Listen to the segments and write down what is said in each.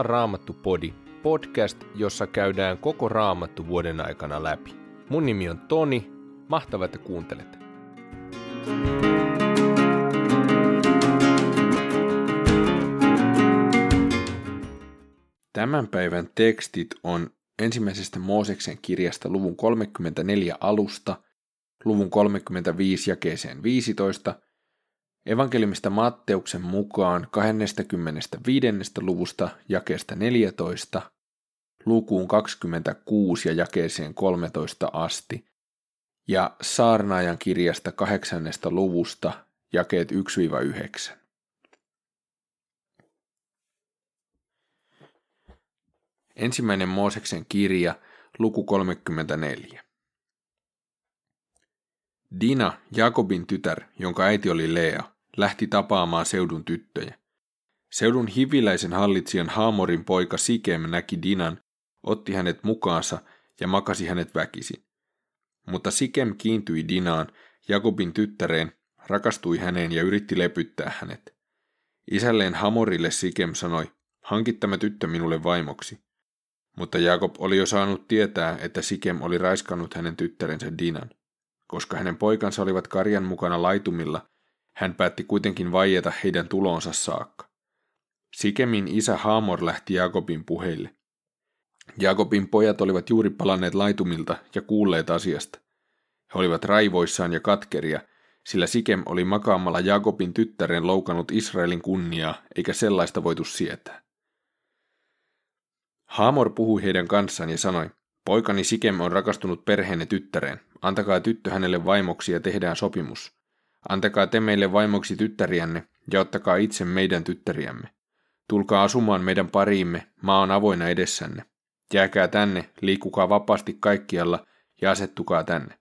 Saa Raamattu-podi, podcast, jossa käydään koko Raamattu vuoden aikana läpi. Mun nimi on Toni, mahtavaa, että kuuntelet. Tämän päivän tekstit on ensimmäisestä Mooseksen kirjasta luvun 34 alusta, luvun 35 jakeeseen 15, evankeliumista Matteuksen mukaan 25. luvusta jakeesta 14, lukuun 26 ja jakeeseen 13 asti, ja Saarnaajan kirjasta 8. luvusta jakeet 1-9. Ensimmäinen Mooseksen kirja, luku 34. Dina, Jakobin tytär, jonka äiti oli Lea, lähti tapaamaan seudun tyttöjä. Seudun hiviläisen hallitsijan Haamorin poika Sikem näki Dinan, otti hänet mukaansa ja makasi hänet väkisin. Mutta Sikem kiintyi Dinaan, Jakobin tyttäreen, rakastui häneen ja yritti lepyttää hänet. Isälleen Hamorille Sikem sanoi, hankit tämä tyttö minulle vaimoksi. Mutta Jakob oli jo saanut tietää, että Sikem oli raiskannut hänen tyttärensä Dinan. Koska hänen poikansa olivat karjan mukana laitumilla, hän päätti kuitenkin vaieta heidän tulonsa saakka. Sikemin isä Haamor lähti Jakobin puheille. Jakobin pojat olivat juuri palanneet laitumilta ja kuulleet asiasta. He olivat raivoissaan ja katkeria, sillä Sikem oli makaamalla Jakobin tyttären loukannut Israelin kunniaa, eikä sellaista voitu sietää. Haamor puhui heidän kanssaan ja sanoi, poikani Sikem on rakastunut perheenne tyttäreen. Antakaa tyttö hänelle vaimoksi ja tehdään sopimus. Antakaa te meille vaimoksi tyttäriänne ja ottakaa itse meidän tyttäriämme. Tulkaa asumaan meidän pariimme, maa on avoinna edessänne. Jääkää tänne, liikkukaa vapaasti kaikkialla ja asettukaa tänne.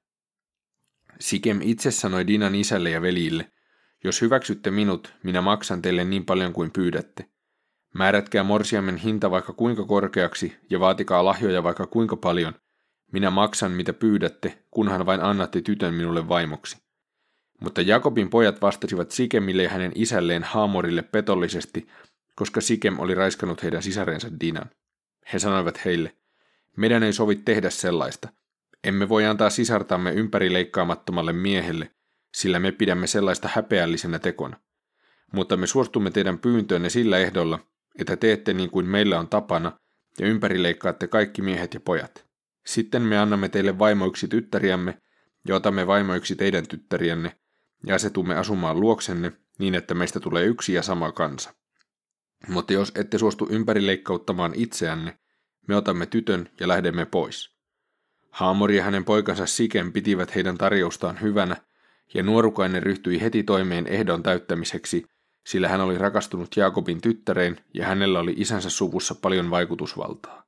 Sikem itse sanoi Dinan isälle ja veljille, jos hyväksytte minut, minä maksan teille niin paljon kuin pyydätte. Määrätkää morsiamen hinta vaikka kuinka korkeaksi ja vaatikaa lahjoja vaikka kuinka paljon. Minä maksan mitä pyydätte, kunhan vain annatte tytön minulle vaimoksi. Mutta Jakobin pojat vastasivat Sikemille ja hänen isälleen Haamorille petollisesti, koska Sikem oli raiskannut heidän sisarensa Dinan. He sanoivat heille, meidän ei sovi tehdä sellaista. Emme voi antaa sisartamme ympärileikkaamattomalle miehelle, sillä me pidämme sellaista häpeällisenä tekona. Mutta me suostumme teidän pyyntöönne sillä ehdolla, että teette niin kuin meillä on tapana ja ympärileikkaatte kaikki miehet ja pojat. Sitten me annamme teille vaimoiksi tyttäriämme ja otamme vaimoiksi teidän tyttäriänne ja asetumme asumaan luoksenne niin, että meistä tulee yksi ja sama kansa. Mutta jos ette suostu ympärileikkauttamaan itseänne, me otamme tytön ja lähdemme pois. Haamori ja hänen poikansa Sikem pitivät heidän tarjoustaan hyvänä ja nuorukainen ryhtyi heti toimeen ehdon täyttämiseksi, sillä hän oli rakastunut Jakobin tyttäreen ja hänellä oli isänsä suvussa paljon vaikutusvaltaa.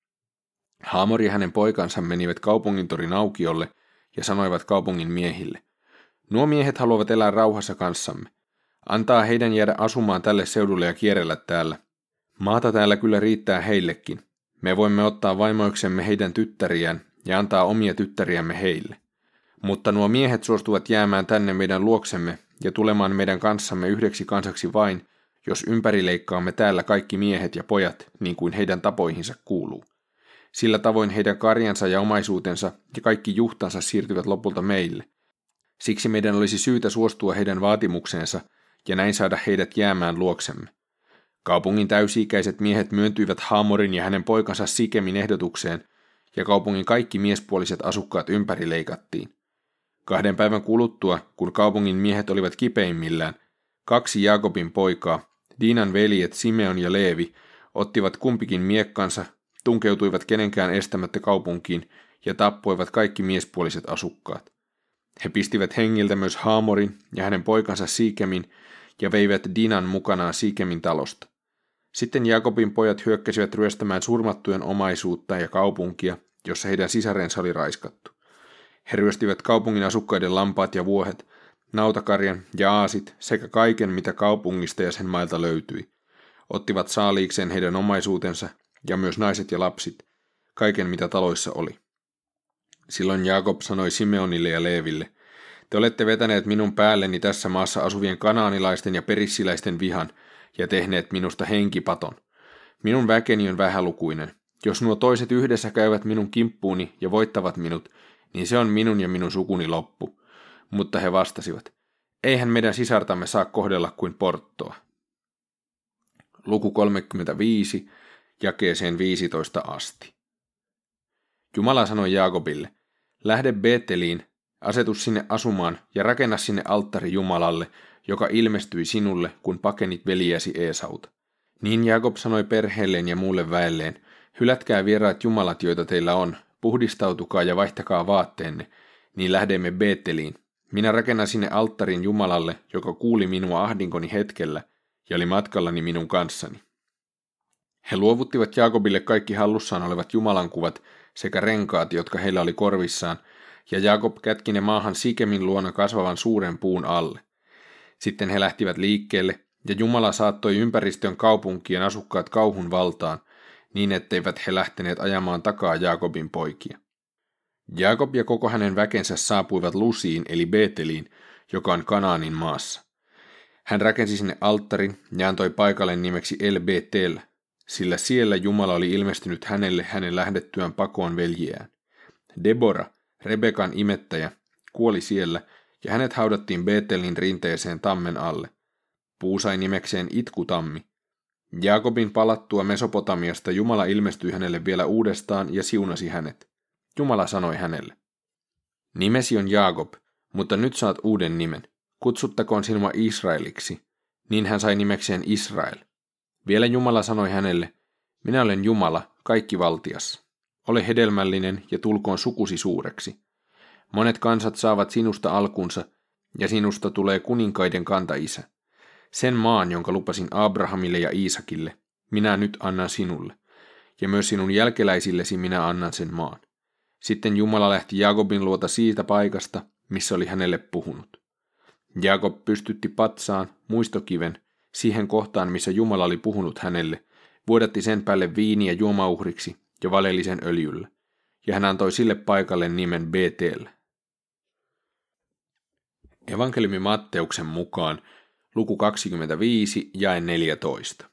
Haamor ja hänen poikansa menivät kaupungintorin aukiolle ja sanoivat kaupungin miehille, nuo miehet haluavat elää rauhassa kanssamme. Antaa heidän jäädä asumaan tälle seudulle ja kierrellä täällä. Maata täällä kyllä riittää heillekin. Me voimme ottaa vaimoiksemme heidän tyttäriään ja antaa omia tyttäriämme heille. Mutta nuo miehet suostuvat jäämään tänne meidän luoksemme ja tulemaan meidän kanssamme yhdeksi kansaksi vain, jos ympärileikkaamme täällä kaikki miehet ja pojat, niin kuin heidän tapoihinsa kuuluu. Sillä tavoin heidän karjansa ja omaisuutensa ja kaikki juhtansa siirtyvät lopulta meille. Siksi meidän olisi syytä suostua heidän vaatimukseensa ja näin saada heidät jäämään luoksemme. Kaupungin täysi-ikäiset miehet myöntyivät Haamorin ja hänen poikansa Sikemin ehdotukseen, ja kaupungin kaikki miespuoliset asukkaat ympärileikattiin. 2 päivän kuluttua, kun kaupungin miehet olivat kipeimmillään, 2 Jakobin poikaa, Dinan veljet Simeon ja Leevi, ottivat kumpikin miekkansa, tunkeutuivat kenenkään estämättä kaupunkiin ja tappoivat kaikki miespuoliset asukkaat. He pistivät hengiltä myös Haamorin ja hänen poikansa Sikemin ja veivät Dinan mukanaan Sikemin talosta. Sitten Jakobin pojat hyökkäsivät ryöstämään surmattujen omaisuutta ja kaupunkia, jossa heidän sisarensa oli raiskattu. He ryöstivät kaupungin asukkaiden lampaat ja vuohet, nautakarjan ja aasit sekä kaiken, mitä kaupungista ja sen mailta löytyi. Ottivat saaliikseen heidän omaisuutensa ja myös naiset ja lapsit, kaiken mitä taloissa oli. Silloin Jakob sanoi Simeonille ja Leeville, te olette vetäneet minun päälleni tässä maassa asuvien kanaanilaisten ja perissiläisten vihan ja tehneet minusta henkipaton. Minun väkeni on vähälukuinen. Jos nuo toiset yhdessä käyvät minun kimppuuni ja voittavat minut, niin se on minun ja minun sukuni loppu. Mutta he vastasivat, eihän meidän sisartamme saa kohdella kuin porttoa. Luku 35, jakeeseen 15 asti. Jumala sanoi Jaakobille, lähde Beeteliin, asetu sinne asumaan ja rakenna sinne alttari Jumalalle, joka ilmestyi sinulle, kun pakenit veljäsi Eesauta. Niin Jaakob sanoi perheelleen ja muulle väelleen, hylätkää vieraat jumalat, joita teillä on, puhdistautukaa ja vaihtakaa vaatteenne, niin lähdemme Beeteliin. Minä rakennan sinne alttarin Jumalalle, joka kuuli minua ahdinkoni hetkellä ja oli matkallani minun kanssani. He luovuttivat Jaakobille kaikki hallussaan olevat jumalankuvat sekä renkaat, jotka heillä oli korvissaan, ja Jaakob kätki ne maahan Sikemin luona kasvavan suuren puun alle. Sitten he lähtivät liikkeelle, ja Jumala saattoi ympäristön kaupunkien asukkaat kauhun valtaan, niin etteivät he lähteneet ajamaan takaa Jaakobin poikia. Jaakob ja koko hänen väkensä saapuivat Lusiin eli Beeteliin, joka on Kanaanin maassa. Hän rakensi sinne alttarin ja antoi paikalle nimeksi El Beetel, sillä siellä Jumala oli ilmestynyt hänelle hänen lähdettyään pakoon veljiään. Debora, Rebekan imettäjä, kuoli siellä ja hänet haudattiin Beetelin rinteeseen tammen alle. Puu sai nimekseen Itkutammi. Jaakobin palattua Mesopotamiasta Jumala ilmestyi hänelle vielä uudestaan ja siunasi hänet. Jumala sanoi hänelle, nimesi on Jaakob, mutta nyt saat uuden nimen. Kutsuttakoon sinua Israeliksi. Niin hän sai nimekseen Israel. Vielä Jumala sanoi hänelle, minä olen Jumala, kaikkivaltias. Ole hedelmällinen ja tulkoon sukusi suureksi. Monet kansat saavat sinusta alkunsa, ja sinusta tulee kuninkaiden kantaisä. Sen maan, jonka lupasin Abrahamille ja Iisakille, minä nyt annan sinulle, ja myös sinun jälkeläisillesi minä annan sen maan. Sitten Jumala lähti Jaakobin luota siitä paikasta, missä oli hänelle puhunut. Jaakob pystytti patsaan, muistokiven, siihen kohtaan, missä Jumala oli puhunut hänelle, vuodatti sen päälle viiniä juomauhriksi ja valeli sen öljyllä, ja hän antoi sille paikalle nimen Beetel. Evankeliumi Matteuksen mukaan, luku 25, jae 14.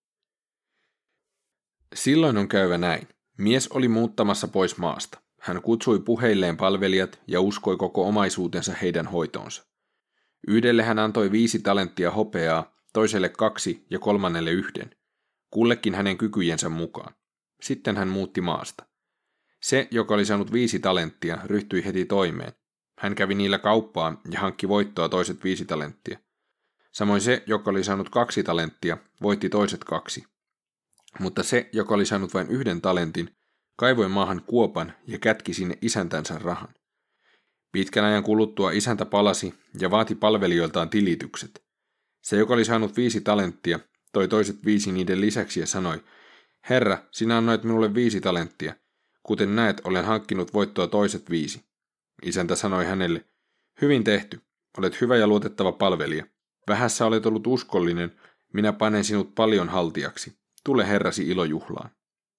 Silloin on käyvä näin. Mies oli muuttamassa pois maasta. Hän kutsui puheilleen palvelijat ja uskoi koko omaisuutensa heidän hoitoonsa. Yhdelle hän antoi 5 talenttia hopeaa, toiselle 2 ja kolmannelle 1, kullekin hänen kykyjensä mukaan. Sitten hän muutti maasta. Se, joka oli saanut 5 talenttia, ryhtyi heti toimeen. Hän kävi niillä kauppaan ja hankki voittoa toiset 5 talenttia. Samoin se, joka oli saanut 2 talenttia, voitti toiset 2. Mutta se, joka oli saanut vain 1 talentin, kaivoi maahan kuopan ja kätki sinne isäntänsä rahan. Pitkän ajan kuluttua isäntä palasi ja vaati palvelijoiltaan tilitykset. Se, joka oli saanut 5 talenttia, toi toiset 5 niiden lisäksi ja sanoi, Herra, sinä annoit minulle 5 talenttia. Kuten näet, olen hankkinut voittoa toiset 5. Isäntä sanoi hänelle, hyvin tehty, olet hyvä ja luotettava palvelija. Vähässä olet ollut uskollinen, minä panen sinut paljon haltijaksi. Tule herrasi ilojuhlaan.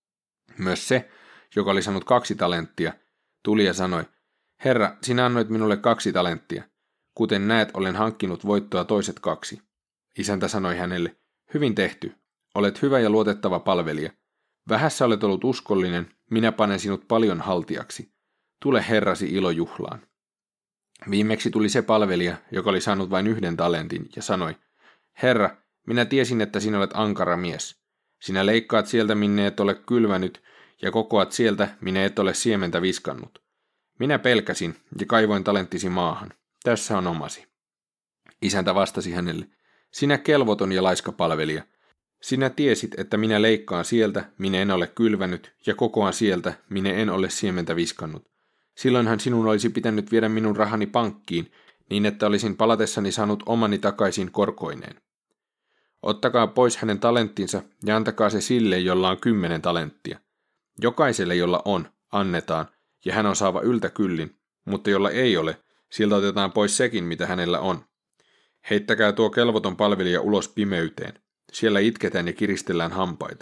Myös se, joka oli saanut 2 talenttia, tuli ja sanoi, Herra, sinä annoit minulle 2 talenttia. Kuten näet, olen hankkinut voittoa toiset 2. Isäntä sanoi hänelle, hyvin tehty, olet hyvä ja luotettava palvelija. Vähässä olet ollut uskollinen, minä panen sinut paljon haltijaksi. Tule herrasi ilojuhlaan. Viimeksi tuli se palvelija, joka oli saanut vain 1 talentin, ja sanoi, Herra, minä tiesin, että sinä olet ankara mies. Sinä leikkaat sieltä, minne et ole kylvänyt, ja kokoat sieltä, minne et ole siementä viskannut. Minä pelkäsin, ja kaivoin talenttisi maahan. Tässä on omasi. Isäntä vastasi hänelle, sinä kelvoton ja laiska palvelija. Sinä tiesit, että minä leikkaan sieltä, minne en ole kylvänyt, ja kokoan sieltä, minne en ole siementä viskannut. Silloinhan sinun olisi pitänyt viedä minun rahani pankkiin, niin että olisin palatessani saanut omani takaisin korkoineen. Ottakaa pois hänen talenttinsa ja antakaa se sille, jolla on 10 talenttia. Jokaiselle, jolla on, annetaan, ja hän on saava yltäkyllin, mutta jolla ei ole, siltä otetaan pois sekin, mitä hänellä on. Heittäkää tuo kelvoton palvelija ulos pimeyteen. Siellä itketään ja kiristellään hampaita.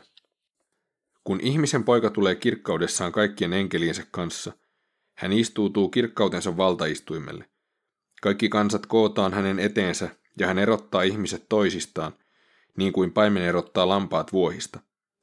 Kun ihmisen poika tulee kirkkaudessaan kaikkien enkeliensä kanssa, hän istuutuu kirkkautensa valtaistuimelle. Kaikki kansat kootaan hänen eteensä, ja hän erottaa ihmiset toisistaan, niin kuin paimen erottaa lampaat vuohista.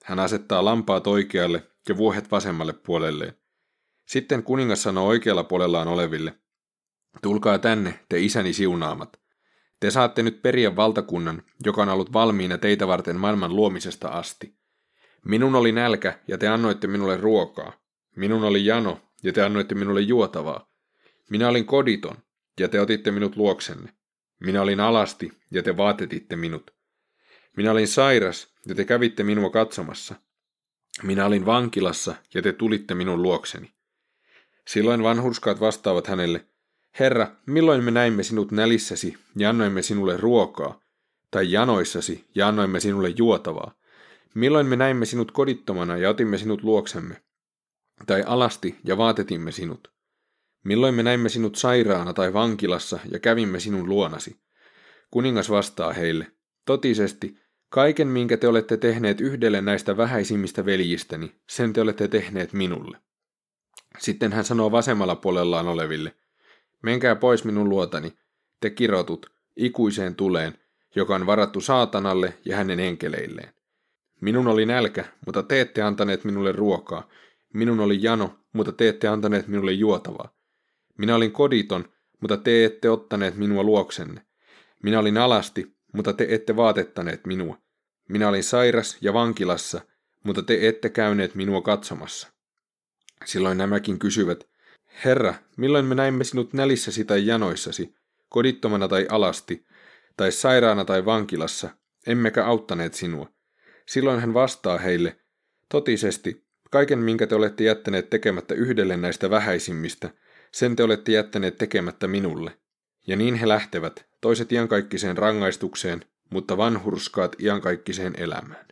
Hän asettaa lampaat oikealle ja vuohet vasemmalle puolelleen. Sitten kuningas sanoo oikealla puolellaan oleville, tulkaa tänne, te isäni siunaamat. Te saatte nyt periä valtakunnan, joka on ollut valmiina teitä varten maailman luomisesta asti. Minun oli nälkä, ja te annoitte minulle ruokaa. Minun oli jano, ja te annoitte minulle juotavaa. Minä olin koditon, ja te otitte minut luoksenne. Minä olin alasti, ja te vaatetitte minut. Minä olin sairas, ja te kävitte minua katsomassa. Minä olin vankilassa, ja te tulitte minun luokseni. Silloin vanhurskaat vastaavat hänelle, Herra, milloin me näimme sinut nälissäsi ja annoimme sinulle ruokaa, tai janoissasi ja annoimme sinulle juotavaa? Milloin me näimme sinut kodittomana ja otimme sinut luoksemme, tai alasti ja vaatetimme sinut? Milloin me näimme sinut sairaana tai vankilassa ja kävimme sinun luonasi? Kuningas vastaa heille, totisesti, kaiken minkä te olette tehneet yhdelle näistä vähäisimmistä veljistäni, sen te olette tehneet minulle. Sitten hän sanoo vasemmalla puolellaan oleville, menkää pois minun luotani, te kirotut, ikuiseen tuleen, joka on varattu saatanalle ja hänen enkeleilleen. Minun oli nälkä, mutta te ette antaneet minulle ruokaa. Minun oli jano, mutta te ette antaneet minulle juotavaa. Minä olin koditon, mutta te ette ottaneet minua luoksenne. Minä olin alasti, mutta te ette vaatettaneet minua. Minä olin sairas ja vankilassa, mutta te ette käyneet minua katsomassa. Silloin nämäkin kysyvät, Herra, milloin me näimme sinut nälissäsi tai janoissasi, kodittomana tai alasti, tai sairaana tai vankilassa, emmekä auttaneet sinua? Silloin hän vastaa heille, totisesti, kaiken minkä te olette jättäneet tekemättä yhdelle näistä vähäisimmistä, sen te olette jättäneet tekemättä minulle. Ja niin he lähtevät, toiset iankaikkiseen rangaistukseen, mutta vanhurskaat iankaikkiseen elämään.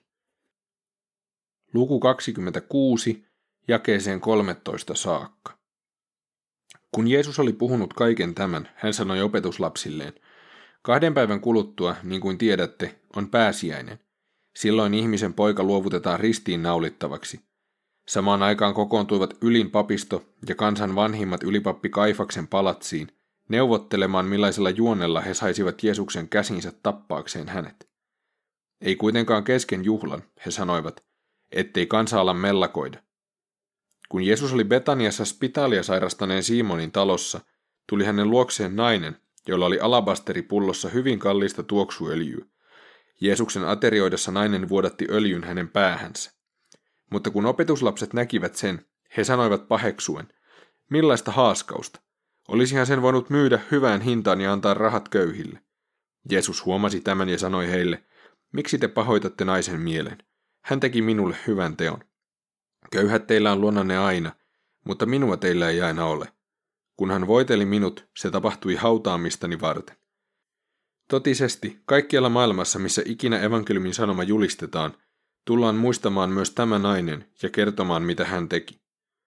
Luku 26, jakeeseen 13 saakka. Kun Jeesus oli puhunut kaiken tämän, hän sanoi opetuslapsilleen, 2 päivän kuluttua, niin kuin tiedätte, on pääsiäinen. Silloin ihmisen poika luovutetaan ristiin naulittavaksi. Samaan aikaan kokoontuivat ylin papisto ja kansan vanhimmat ylipappi Kaifaksen palatsiin, neuvottelemaan millaisella juonella he saisivat Jeesuksen käsinsä tappaakseen hänet. Ei kuitenkaan kesken juhlan, he sanoivat, ettei kansa ala mellakoida. Kun Jeesus oli Betaniassa spitaalia sairastaneen Simonin talossa, tuli hänen luokseen nainen, jolla oli alabasteripullossa hyvin kallista tuoksuöljyä. Jeesuksen aterioidessa nainen vuodatti öljyn hänen päähänsä. Mutta kun opetuslapset näkivät sen, he sanoivat paheksuen, millaista haaskausta. Olisihan sen voinut myydä hyvään hintaan ja antaa rahat köyhille. Jeesus huomasi tämän ja sanoi heille, miksi te pahoitatte naisen mielen? Hän teki minulle hyvän teon. Köyhät teillä on luonnanne aina, mutta minua teillä ei aina ole. Kun hän voiteli minut, se tapahtui hautaamistani varten. Totisesti, kaikkialla maailmassa, missä ikinä evankeliumin sanoma julistetaan, tullaan muistamaan myös tämä nainen ja kertomaan, mitä hän teki.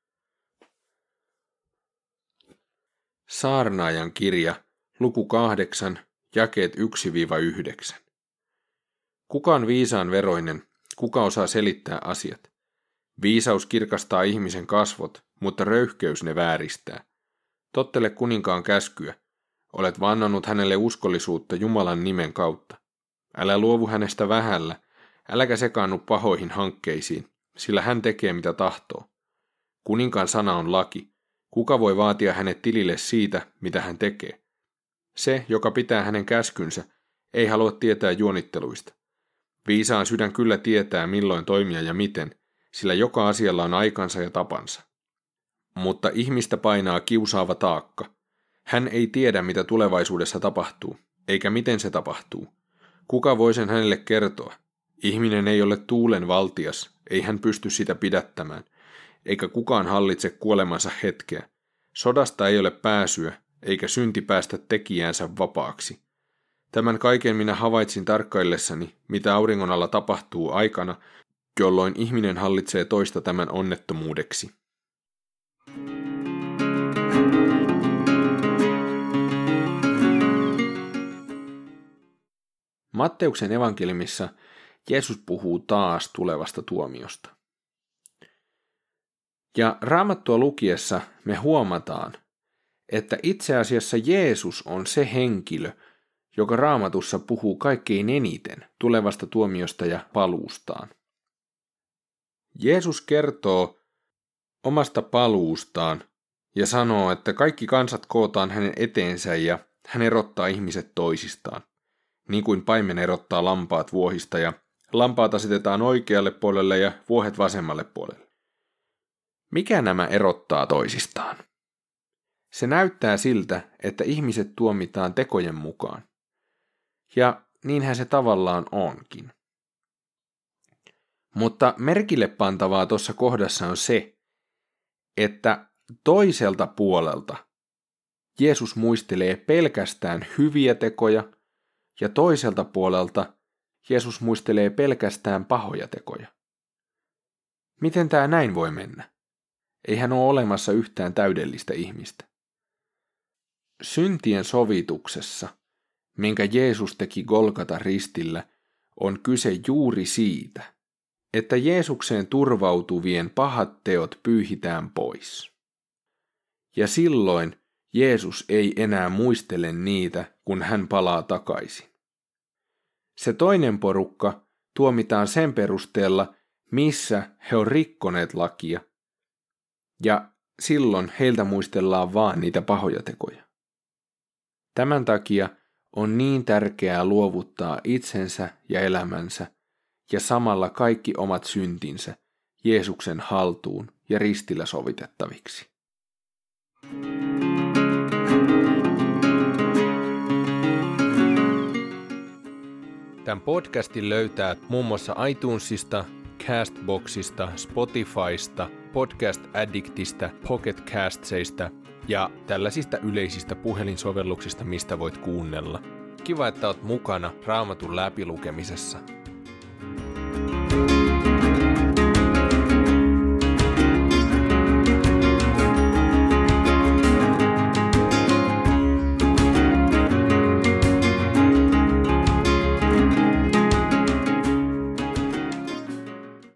Saarnaajan kirja, luku 8, jakeet 1-9. Kuka on viisaan veroinen, kuka osaa selittää asiat? Viisaus kirkastaa ihmisen kasvot, mutta röyhkeys ne vääristää. Tottele kuninkaan käskyä. Olet vannonut hänelle uskollisuutta Jumalan nimen kautta. Älä luovu hänestä vähällä, äläkä sekaannu pahoihin hankkeisiin, sillä hän tekee mitä tahtoo. Kuninkaan sana on laki. Kuka voi vaatia hänet tilille siitä, mitä hän tekee? Se, joka pitää hänen käskynsä, ei halua tietää juonitteluista. Viisaan sydän kyllä tietää, milloin toimia ja miten, sillä joka asialla on aikansa ja tapansa. Mutta ihmistä painaa kiusaava taakka. Hän ei tiedä, mitä tulevaisuudessa tapahtuu, eikä miten se tapahtuu. Kuka voi sen hänelle kertoa? Ihminen ei ole tuulen valtias, ei hän pysty sitä pidättämään, eikä kukaan hallitse kuolemansa hetkeä. Sodasta ei ole pääsyä, eikä synti päästä tekijäänsä vapaaksi. Tämän kaiken minä havaitsin tarkkaillessani, mitä auringon alla tapahtuu aikana, jolloin ihminen hallitsee toista tämän onnettomuudeksi. Matteuksen evankeliumissa Jeesus puhuu taas tulevasta tuomiosta. Ja Raamattua lukiessa me huomataan, että itse asiassa Jeesus on se henkilö, joka Raamatussa puhuu kaikkein eniten tulevasta tuomiosta ja paluustaan. Jeesus kertoo omasta paluustaan ja sanoo, että kaikki kansat kootaan hänen eteensä ja hän erottaa ihmiset toisistaan. Niin kuin paimen erottaa lampaat vuohista ja lampaat asetetaan oikealle puolelle ja vuohet vasemmalle puolelle. Mikä nämä erottaa toisistaan? Se näyttää siltä, että ihmiset tuomitaan tekojen mukaan. Ja niinhän se tavallaan onkin. Mutta merkille pantavaa tuossa kohdassa on se, että toiselta puolelta Jeesus muistelee pelkästään hyviä tekoja ja toiselta puolelta Jeesus muistelee pelkästään pahoja tekoja. Miten tämä näin voi mennä? Eihän ole olemassa yhtään täydellistä ihmistä. Syntien sovituksessa, minkä Jeesus teki Golgatan ristillä, on kyse juuri siitä, että Jeesukseen turvautuvien pahat teot pyyhitään pois. Ja silloin Jeesus ei enää muistele niitä, kun hän palaa takaisin. Se toinen porukka tuomitaan sen perusteella, missä he on rikkoneet lakia, ja silloin heiltä muistellaan vaan niitä pahoja tekoja. Tämän takia on niin tärkeää luovuttaa itsensä ja elämänsä ja samalla kaikki omat syntinsä Jeesuksen haltuun ja ristillä sovitettaviksi. Tämän podcastin löytää muun muassa iTunesista, Castboxista, Spotifysta, Podcast Addictista, Pocket Castseista ja tällaisista yleisistä puhelinsovelluksista, mistä voit kuunnella. Kiva, että oot mukana Raamatun läpilukemisessa.